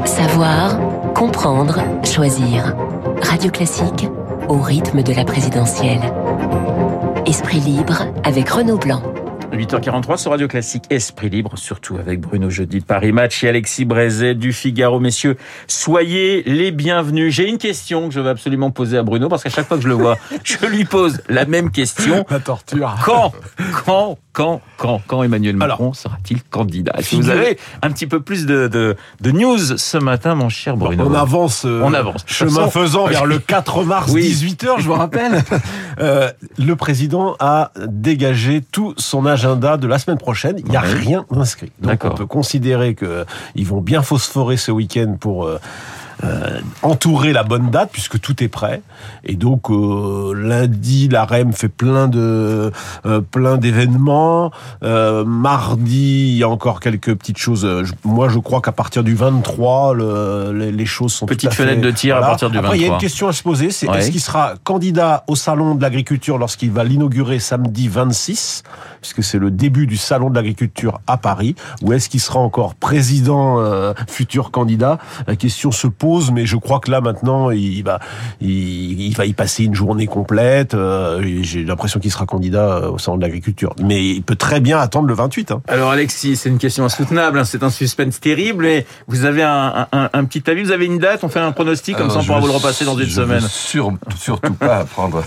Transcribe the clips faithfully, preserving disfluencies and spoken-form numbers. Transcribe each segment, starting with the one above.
Savoir, comprendre, choisir. Radio Classique, au rythme de la présidentielle. Esprit libre avec Renaud Blanc. huit heures quarante-trois sur Radio Classique, Esprit libre, surtout avec Bruno Jeudi de Paris Match et Alexis Brézet du Figaro. Messieurs, soyez les bienvenus. J'ai une question que je vais absolument poser à Bruno, parce qu'à chaque fois que je le vois, je lui pose la même question. La torture. Quand, quand, quand, quand, quand Emmanuel Macron Alors, sera-t-il candidat? Est-ce que vous avez un petit peu plus de, de, de news ce matin, mon cher Bruno? On avance, euh, on avance. Chemin faisant vers le quatre mars, oui. dix-huit heures, je vous rappelle. euh, le président a dégagé tout son agenda de la semaine prochaine. Il n'y a oui. rien inscrit. Donc D'accord. on peut considérer qu'ils vont bien phosphorer ce week-end pour euh, euh, entourer la bonne date, puisque tout est prêt. Et donc euh, lundi, la R E M fait plein de euh, plein d'événements. Euh, mardi, il y a encore quelques petites choses. Je, moi, je crois qu'à partir du vingt-trois, le, les, les choses sont petite tout à fait... fenêtre de tir voilà. à partir du Après, vingt-trois. Il y a une question à se poser, c'est ouais. est-ce qu'il sera candidat au salon de l'agriculture lorsqu'il va l'inaugurer samedi vingt-six, puisque c'est le début du salon de l'agriculture à Paris, ou est-ce qu'il sera encore président, euh, futur candidat? La question se pose, mais je crois que là maintenant, il va, il, il va y passer une journée complète. Euh, j'ai l'impression qu'il sera candidat au salon de l'agriculture, mais il peut très bien attendre le vingt-huit. Hein. Alors Alexis, c'est une question insoutenable, hein, c'est un suspense terrible, mais vous avez un, un, un petit avis, vous avez une date, on fait un pronostic, comme Alors, ça on pourra vous le repasser dans une je semaine. Veux sur, surtout pas prendre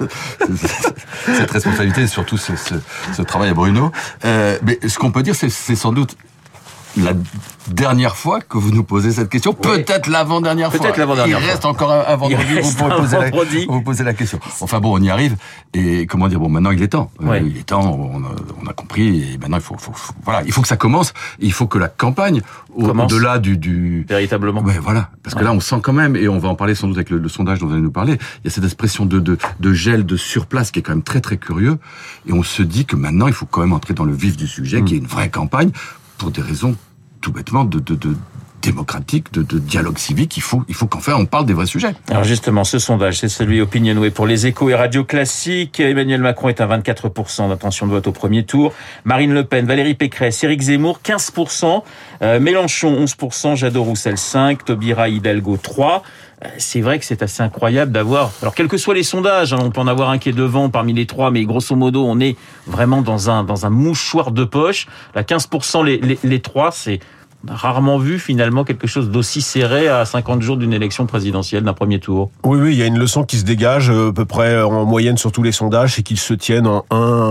cette responsabilité, surtout ce, ce, ce travail à Bruno. Euh, mais ce qu'on peut dire, c'est, c'est sans doute la dernière fois que vous nous posez cette question, oui. peut-être l'avant-dernière peut-être fois. L'avant-dernière Il fois. reste encore un, un vendredi, vous pouvez poser la, vous posez la question. Enfin bon, on y arrive. Et comment dire, bon, maintenant il est temps. Oui. Euh, il est temps, on a, on a compris. Et maintenant il faut, faut, faut, voilà, il faut que ça commence. Il faut que la campagne, au, au-delà du, du, véritablement. Ouais, voilà. Parce ouais. que là, on sent quand même, et on va en parler sans doute avec le, le sondage dont vous allez nous parler. Il y a cette expression de, de, de gel, de surplace qui est quand même très très curieux. Et on se dit que maintenant, il faut quand même entrer dans le vif du sujet, mmh. qui est une vraie campagne pour des raisons tout bêtement de, de, de démocratique, de, de dialogue civique. Il faut, il faut qu'enfin on parle des vrais sujets. Alors justement, ce sondage, c'est celui Opinionway pour les Échos et Radio Classique. Emmanuel Macron est à vingt-quatre pour cent d'intention de vote au premier tour. Marine Le Pen, Valérie Pécresse, Éric Zemmour, quinze pour cent. Euh, Mélenchon, onze pour cent. Jadot Roussel, cinq. Taubira Hidalgo, trois. C'est vrai que c'est assez incroyable d'avoir... Alors, quels que soient les sondages, hein, on peut en avoir un qui est devant parmi les trois, mais grosso modo, on est vraiment dans un, dans un mouchoir de poche. Là, quinze pour cent les, les, les trois, c'est... On a rarement vu finalement quelque chose d'aussi serré à cinquante jours d'une élection présidentielle, d'un premier tour. Oui, oui, il y a une leçon qui se dégage à peu près en moyenne sur tous les sondages, c'est qu'ils se tiennent en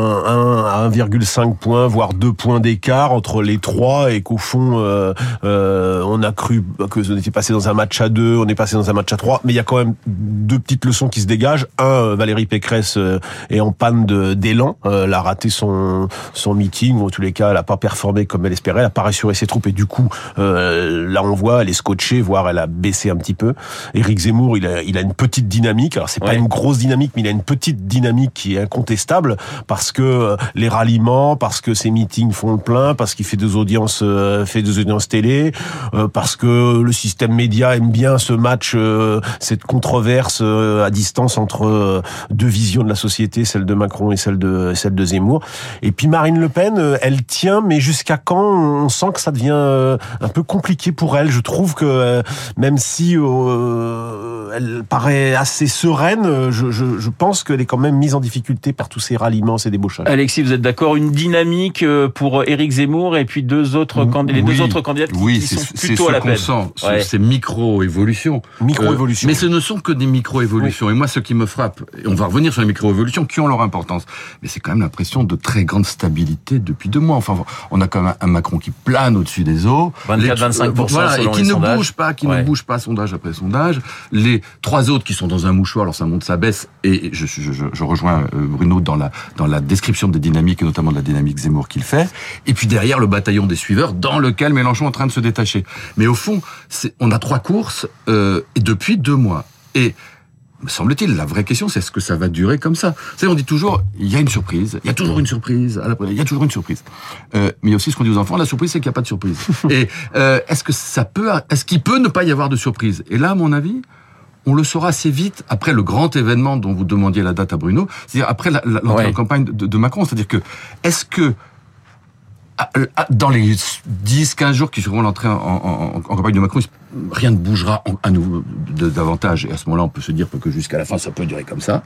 un à un virgule cinq points, voire deux points d'écart entre les trois, et qu'au fond, euh, euh, on a cru que on était passé dans un match à deux, on est passé dans un match à trois, mais il y a quand même deux petites leçons qui se dégagent. Un, Valérie Pécresse est en panne de, d'élan, elle a raté son, son meeting, ou en tous les cas, elle n'a pas performé comme elle espérait, elle n'a pas rassuré ses troupes, et du coup, Euh, là on voit elle est scotchée, voire elle a baissé un petit peu. Éric Zemmour, il a, il a une petite dynamique, alors c'est pas ouais. une grosse dynamique, mais il a une petite dynamique qui est incontestable, parce que euh, les ralliements, parce que ses meetings font le plein, parce qu'il fait des audiences euh, fait des audiences télé, euh, parce que le système média aime bien ce match, euh, cette controverse euh, à distance entre euh, deux visions de la société, celle de Macron et celle de celle de Zemmour. Et puis Marine Le Pen, euh, elle tient, mais jusqu'à quand on sent que ça devient euh, un peu compliqué pour elle. Je trouve que euh, même si euh, elle paraît assez sereine, je, je, je pense qu'elle est quand même mise en difficulté par tous ces ralliements, ces débauchages. Alexis, vous êtes d'accord? Une dynamique pour Éric Zemmour et puis deux autres mmh, candidats, les oui, deux autres candidats qui, oui, qui c'est, sont plutôt à la peine. C'est ce qu'on sent, ouais. ces micro-évolutions. Micro-évolutions. Euh, mais ce ne sont que des micro-évolutions. Oui. Et moi, ce qui me frappe, et on va revenir sur les micro-évolutions qui ont leur importance, mais c'est quand même l'impression de très grande stabilité depuis deux mois. Enfin, on a quand même un Macron qui plane au-dessus des eaux. vingt-quatre à vingt-cinq pour cent voilà, selon et qui les ne sondages. bouge pas, qui ouais. ne bouge pas sondage après sondage. Les trois autres qui sont dans un mouchoir, alors ça monte, ça baisse. Et je, je, je, je rejoins Bruno dans la dans la description des dynamiques et notamment de la dynamique Zemmour qu'il fait. Et puis derrière le bataillon des suiveurs dans lequel Mélenchon est en train de se détacher. Mais au fond, c'est, on a trois courses euh, et depuis deux mois. Et me semble-t-il, la vraie question, c'est est-ce que ça va durer comme ça? Vous savez, on dit toujours, il y a une surprise, il y a toujours une surprise, à la, il y a toujours une surprise. Euh, mais il y a aussi ce qu'on dit aux enfants, la surprise, c'est qu'il n'y a pas de surprise. Et euh, est-ce que ça peut, est-ce qu'il peut ne pas y avoir de surprise? Et là, à mon avis, on le saura assez vite après le grand événement dont vous demandiez la date à Bruno, c'est-à-dire après la, la, l'entrée ouais. en campagne de, de Macron. C'est-à-dire que, est-ce que dans les dix quinze jours qui seront l'entrée en, en, en campagne de Macron, rien ne bougera à nouveau de, davantage. Et à ce moment-là, on peut se dire que jusqu'à la fin, ça peut durer comme ça.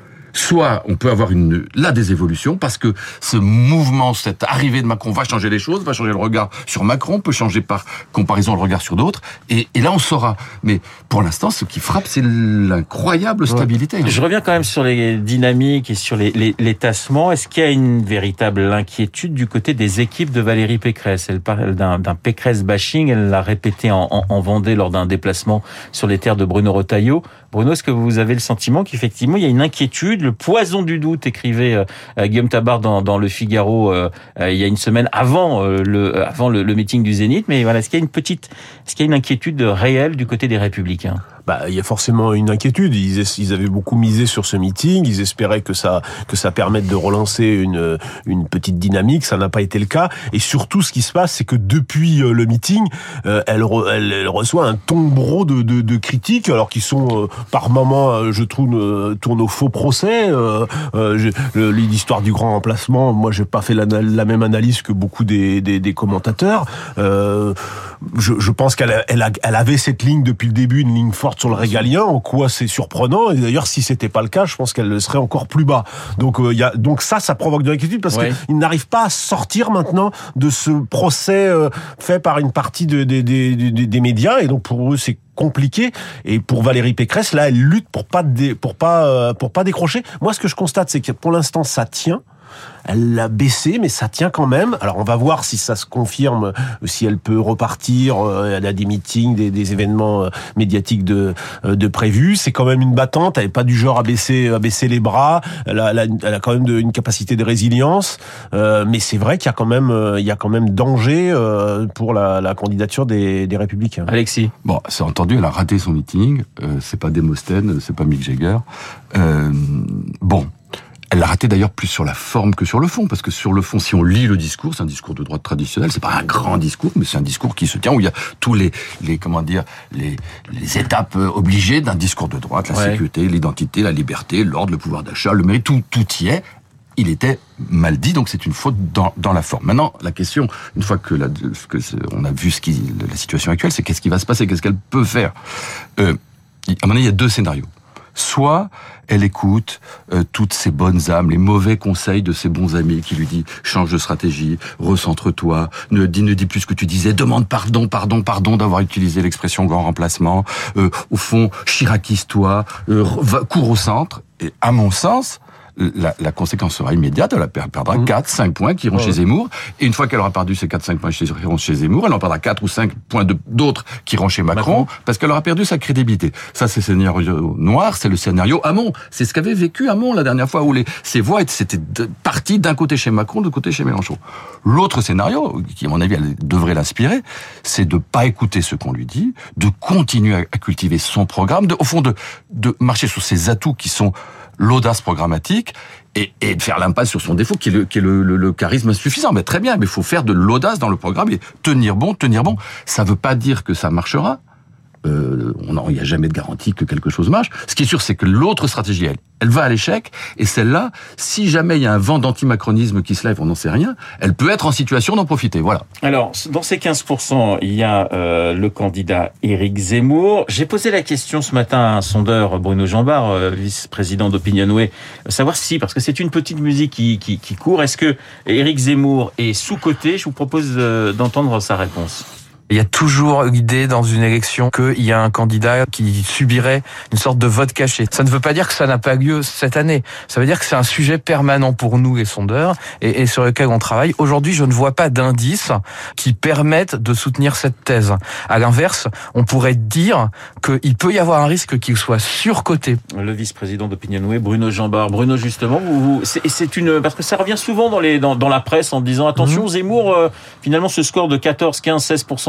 Soit on peut avoir une, là des évolutions, parce que ce mouvement, cette arrivée de Macron va changer les choses, va changer le regard sur Macron, peut changer par comparaison le regard sur d'autres, et, et là on saura. Mais pour l'instant, ce qui frappe, c'est l'incroyable stabilité. Je reviens quand même sur les dynamiques et sur les, les, les tassements. Est-ce qu'il y a une véritable inquiétude du côté des équipes de Valérie Pécresse? Elle parle d'un, d'un Pécresse bashing, elle l'a répété en, en, en Vendée lors d'un déplacement sur les terres de Bruno Retailleau. Bruno, est-ce que vous avez le sentiment qu'effectivement il y a une inquiétude, le poison du doute, écrivait euh, Guillaume Tabar dans, dans Le Figaro euh, euh, il y a une semaine avant euh, le avant le, le meeting du Zénith. Mais voilà, est-ce qu'il y a une petite, est-ce qu'il y a une inquiétude réelle du côté des Républicains? Bah, il y a forcément une inquiétude. Ils, ils avaient beaucoup misé sur ce meeting. Ils espéraient que ça, que ça permette de relancer une, une petite dynamique. Ça n'a pas été le cas. Et surtout, ce qui se passe, c'est que depuis le meeting, euh, elle, re, elle, elle reçoit un tombereau de, de, de critiques, alors qu'ils sont, euh, par moments, je trouve, euh, tournent au faux procès. Euh, euh, l'histoire du grand remplacement, moi, j'ai pas fait la, la même analyse que beaucoup des, des, des commentateurs. Euh, je, je pense qu'elle elle, elle avait cette ligne depuis le début, une ligne forte sur le régalien, en quoi c'est surprenant. Et d'ailleurs, si c'était pas le cas, je pense qu'elle le serait encore plus bas. Donc, euh, y a, donc ça, ça provoque de l'inquiétude parce ouais. qu'ils n'arrivent pas à sortir maintenant de ce procès euh, fait par une partie de, de, de, de, des médias. Et donc, pour eux, c'est compliqué. Et pour Valérie Pécresse, là, elle lutte pour pas dé, pour pas euh, pour pas décrocher. Moi, ce que je constate, c'est que pour l'instant, ça tient. Elle l'a baissé, mais ça tient quand même. Alors, on va voir si ça se confirme, si elle peut repartir. Elle a des meetings, des, des événements médiatiques de, de prévus. C'est quand même une battante. Elle n'est pas du genre à baisser, à baisser les bras. Elle a, elle a, elle a quand même de, une capacité de résilience. Euh, mais c'est vrai qu'il y a quand même, il y a quand même danger pour la, la candidature des, des Républicains. Alexis. Bon, c'est entendu, elle a raté son meeting. Euh, c'est pas Démosthène, c'est pas Mick Jagger. Euh, bon. Elle l'a raté d'ailleurs plus sur la forme que sur le fond, parce que sur le fond, si on lit le discours, c'est un discours de droite traditionnel, c'est pas un grand discours, mais c'est un discours qui se tient, où il y a tous les, les comment dire, les, les étapes obligées d'un discours de droite, la ouais. sécurité, l'identité, la liberté, l'ordre, le pouvoir d'achat, le mérite, tout, tout y est. Il était mal dit, donc c'est une faute dans, dans la forme. Maintenant, la question, une fois que, la, que on a vu ce qui, la situation actuelle, c'est qu'est-ce qui va se passer, qu'est-ce qu'elle peut faire. Euh, à mon avis, il y a deux scénarios. Soit elle écoute euh, toutes ces bonnes âmes, les mauvais conseils de ses bons amis qui lui disent « change de stratégie, recentre-toi, ne dis, ne dis plus ce que tu disais, demande pardon, pardon, pardon d'avoir utilisé l'expression grand remplacement, euh, au fond, chiraquise-toi, euh, va, cours au centre ». Et à mon sens, La, la conséquence sera immédiate, elle perdra mmh. quatre, cinq points qui iront ouais. chez Zemmour, et une fois qu'elle aura perdu ces quatre, cinq points qui iront chez Zemmour, elle en perdra quatre ou cinq points de, d'autres qui iront chez Macron, Macron, parce qu'elle aura perdu sa crédibilité. Ça, c'est le scénario noir, c'est le scénario Hamon. C'est ce qu'avait vécu Hamon la dernière fois, où les, ses voix étaient parties d'un côté chez Macron, de l'autre côté chez Mélenchon. L'autre scénario, qui à mon avis elle devrait l'inspirer, c'est de pas écouter ce qu'on lui dit, de continuer à, à cultiver son programme, de, au fond de, de marcher sur ses atouts qui sont l'audace programmatique et, et de faire l'impasse sur son défaut qui est le, qui est le, le, le charisme insuffisant. Mais très bien, mais il faut faire de l'audace dans le programme et tenir bon, tenir bon. Ça veut pas dire que ça marchera. Euh, il n'y a jamais de garantie que quelque chose marche. Ce qui est sûr, c'est que l'autre stratégie, elle, elle va à l'échec. Et celle-là, si jamais il y a un vent d'antimacronisme qui se lève, on n'en sait rien, elle peut être en situation d'en profiter. Voilà. Alors, dans ces quinze pour cent, il y a euh, le candidat Éric Zemmour. J'ai posé la question ce matin à un sondeur, Bruno Jambard, euh, vice-président d'Opinionway, savoir si, parce que c'est une petite musique qui, qui, qui court, est-ce que Éric Zemmour est sous-coté? Je vous propose euh, d'entendre sa réponse. Il y a toujours l'idée dans une élection qu'il y a un candidat qui subirait une sorte de vote caché. Ça ne veut pas dire que ça n'a pas lieu cette année. Ça veut dire que c'est un sujet permanent pour nous, les sondeurs, et, et sur lequel on travaille. Aujourd'hui, je ne vois pas d'indices qui permettent de soutenir cette thèse. À l'inverse, on pourrait dire qu'il peut y avoir un risque qu'il soit surcoté. Le vice-président d'Opinionway, Bruno Jambard. Bruno, justement, vous, c'est, c'est une, parce que ça revient souvent dans les, dans, dans la presse en disant attention, mmh. Zemmour, euh, finalement, ce score de quatorze, quinze, seize pour cent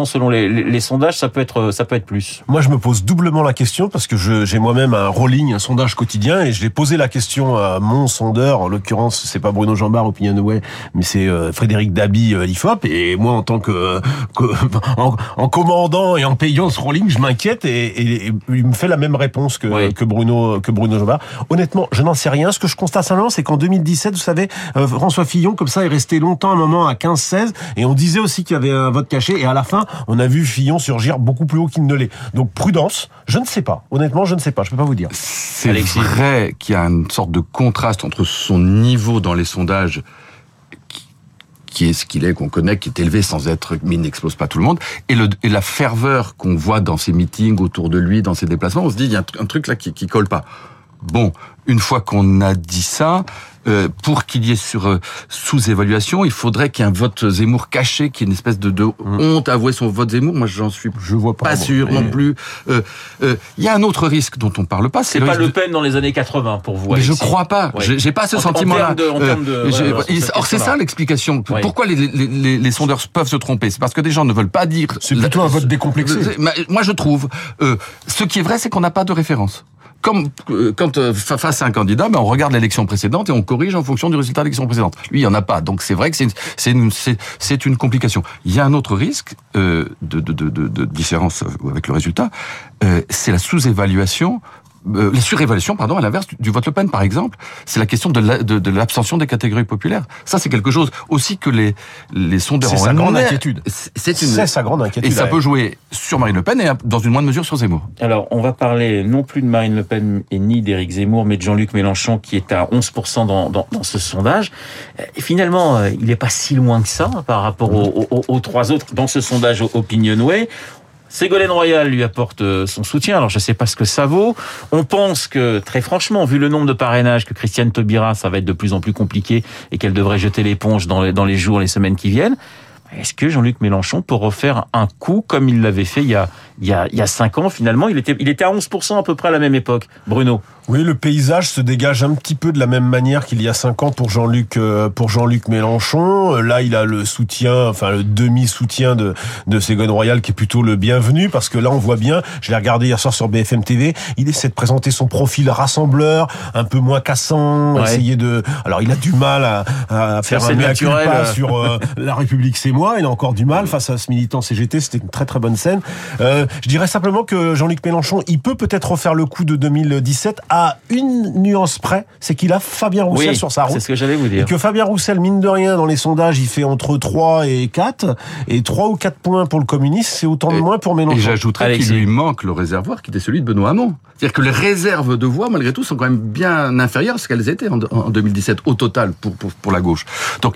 selon les, les, les sondages, ça peut être, ça peut être plus. Moi, je me pose doublement la question parce que je, j'ai moi-même un rolling, un sondage quotidien, et je l'ai posé la question à mon sondeur. En l'occurrence, c'est pas Bruno Jambard, Opinionway, mais c'est euh, Frédéric Dabi, euh, l'I F O P. Et moi, en tant que, que en, en commandant et en payant ce rolling, je m'inquiète et, et, et il me fait la même réponse que, oui. que Bruno, que Bruno Jambard. Honnêtement, je n'en sais rien. Ce que je constate simplement, c'est qu'en deux mille dix-sept, vous savez, euh, François Fillon, comme ça, est resté longtemps à un moment à quinze seize, et on disait aussi qu'il y avait un vote caché, et à la fin, on a vu Fillon surgir beaucoup plus haut qu'il ne l'est. Donc prudence, je ne sais pas. Honnêtement, je ne sais pas. Je peux pas vous dire. C'est Alexis. vrai qu'il y a une sorte de contraste entre son niveau dans les sondages, qui, qui est ce qu'il est, qu'on connaît, qui est élevé sans être, mais il n'explose pas tout le monde, et, le, et la ferveur qu'on voit dans ses meetings autour de lui, dans ses déplacements. On se dit, il y a un, un truc là qui, qui colle pas. Bon, une fois qu'on a dit ça, euh, pour qu'il y ait sur euh, sous-évaluation, il faudrait qu'il y ait un vote Zemmour caché, qu'il y ait une espèce de, de mmh. honte à avouer son vote Zemmour. Moi, j'en suis je vois pas, pas bon, sûr mais... non plus. Il euh, euh, y a un autre risque dont on parle pas. C'est, c'est le pas risque Le de... Pen dans les années quatre-vingts pour vous, Mais Alexis. je crois pas. Ouais. J'ai, j'ai pas ce en, sentiment-là. En termes de, en euh, termes de, j'ai, voilà, il, or, c'est ça l'explication. Ouais. Pourquoi les, les, les, les sondeurs peuvent se tromper? C'est parce que des gens ne veulent pas dire... C'est plutôt un vote décomplexé. Moi, je trouve. Euh, ce qui est vrai, c'est qu'on n'a pas de référence. Comme euh, quand euh, face à un candidat, ben on regarde l'élection précédente et on corrige en fonction du résultat de l'élection précédente. Lui, il y en a pas, donc c'est vrai que c'est une, c'est une, c'est, c'est une complication. Il y a un autre risque euh, de, de, de, de, de différence avec le résultat, euh, c'est la sous-évaluation. Euh, la surévaluation, pardon, à l'inverse du, du vote Le Pen, par exemple, c'est la question de, la, de, de l'abstention des catégories populaires. Ça, c'est quelque chose aussi que les, les sondeurs c'est ont sa grande amené. inquiétude. C'est, une, c'est sa grande inquiétude. Et ça peut jouer sur Marine Le Pen et dans une moindre mesure sur Zemmour. Alors, on va parler non plus de Marine Le Pen et ni d'Éric Zemmour, mais de Jean-Luc Mélenchon qui est à onze pour cent dans, dans, dans ce sondage. Et finalement, il n'est pas si loin que ça par rapport aux, aux, aux trois autres dans ce sondage Opinionway. Ségolène Royal lui apporte son soutien. Alors, je ne sais pas ce que ça vaut. On pense que, très franchement, vu le nombre de parrainages que Christiane Taubira, ça va être de plus en plus compliqué et qu'elle devrait jeter l'éponge dans les, dans les jours, les semaines qui viennent. Est-ce que Jean-Luc Mélenchon peut refaire un coup comme il l'avait fait il y a, il y a, il y a cinq ans? Finalement, il était, il était à onze pour cent à peu près à la même époque. Bruno? Oui, le paysage se dégage un petit peu de la même manière qu'il y a cinq ans pour Jean-Luc euh, pour Jean-Luc Mélenchon. Là, il a le soutien, enfin le demi-soutien de de Ségolène Royal qui est plutôt le bienvenu, parce que là, on voit bien, je l'ai regardé hier soir sur B F M T V, il essaie de présenter son profil rassembleur, un peu moins cassant, ouais. essayer de... Alors, il a du mal à, à faire c'est un mea culpa euh... sur euh, La République, c'est moi. Il a encore du mal face à ce militant C G T. C'était une très très bonne scène. Euh, je dirais simplement que Jean-Luc Mélenchon, il peut peut-être refaire le coup de deux mille dix-sept à une nuance près, c'est qu'il a Fabien Roussel oui, sur sa route. C'est ce que j'allais vous dire. Et que Fabien Roussel, mine de rien, dans les sondages, il fait entre trois et quatre, et trois ou quatre points pour le communiste, c'est autant de et, moins pour Mélenchon. Et j'ajouterais Alexis. qu'il lui manque le réservoir qui était celui de Benoît Hamon. C'est-à-dire que les réserves de voix, malgré tout, sont quand même bien inférieures à ce qu'elles étaient en, en deux mille dix-sept, au total, pour, pour, pour la gauche. Donc,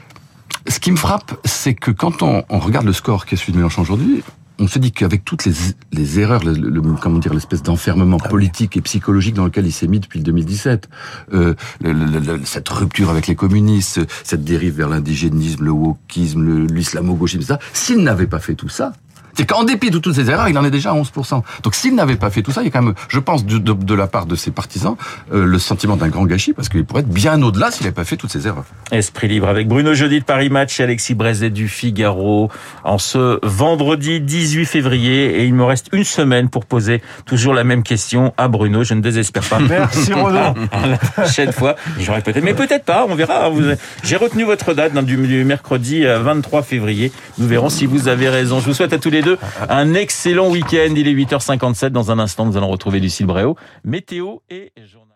ce qui me frappe, c'est que quand on, on regarde le score qui est celui de Mélenchon aujourd'hui, on se dit qu'avec toutes les, les erreurs, le, le, comment dire, l'espèce d'enfermement ah politique oui. et psychologique dans lequel il s'est mis depuis le deux mille dix-sept, euh, le, le, le, cette rupture avec les communistes, cette dérive vers l'indigénisme, le wokisme, le, l'islamo-gauchisme, ça, s'il n'avait pas fait tout ça, c'est qu'en dépit de toutes ces erreurs, il en est déjà à onze pour cent. Donc s'il n'avait pas fait tout ça, il y a quand même, je pense, de, de, de la part de ses partisans, euh, le sentiment d'un grand gâchis, parce qu'il pourrait être bien au-delà s'il n'avait pas fait toutes ces erreurs. Esprit libre avec Bruno Jeudi de Paris Match et Alexis Brézet du Figaro en ce vendredi dix-huit février. Et il me reste une semaine pour poser toujours la même question à Bruno. Je ne désespère pas. Merci Renaud. La prochaine fois, j'aurais peut-être, mais peut-être pas, on verra. Vous, j'ai retenu votre date du, du mercredi vingt-trois février. Nous verrons si vous avez raison. Je vous souhaite à tous les deux un excellent week-end. Il est huit heures cinquante-sept. Dans un instant, nous allons retrouver Lucille Bréau. Météo et journal.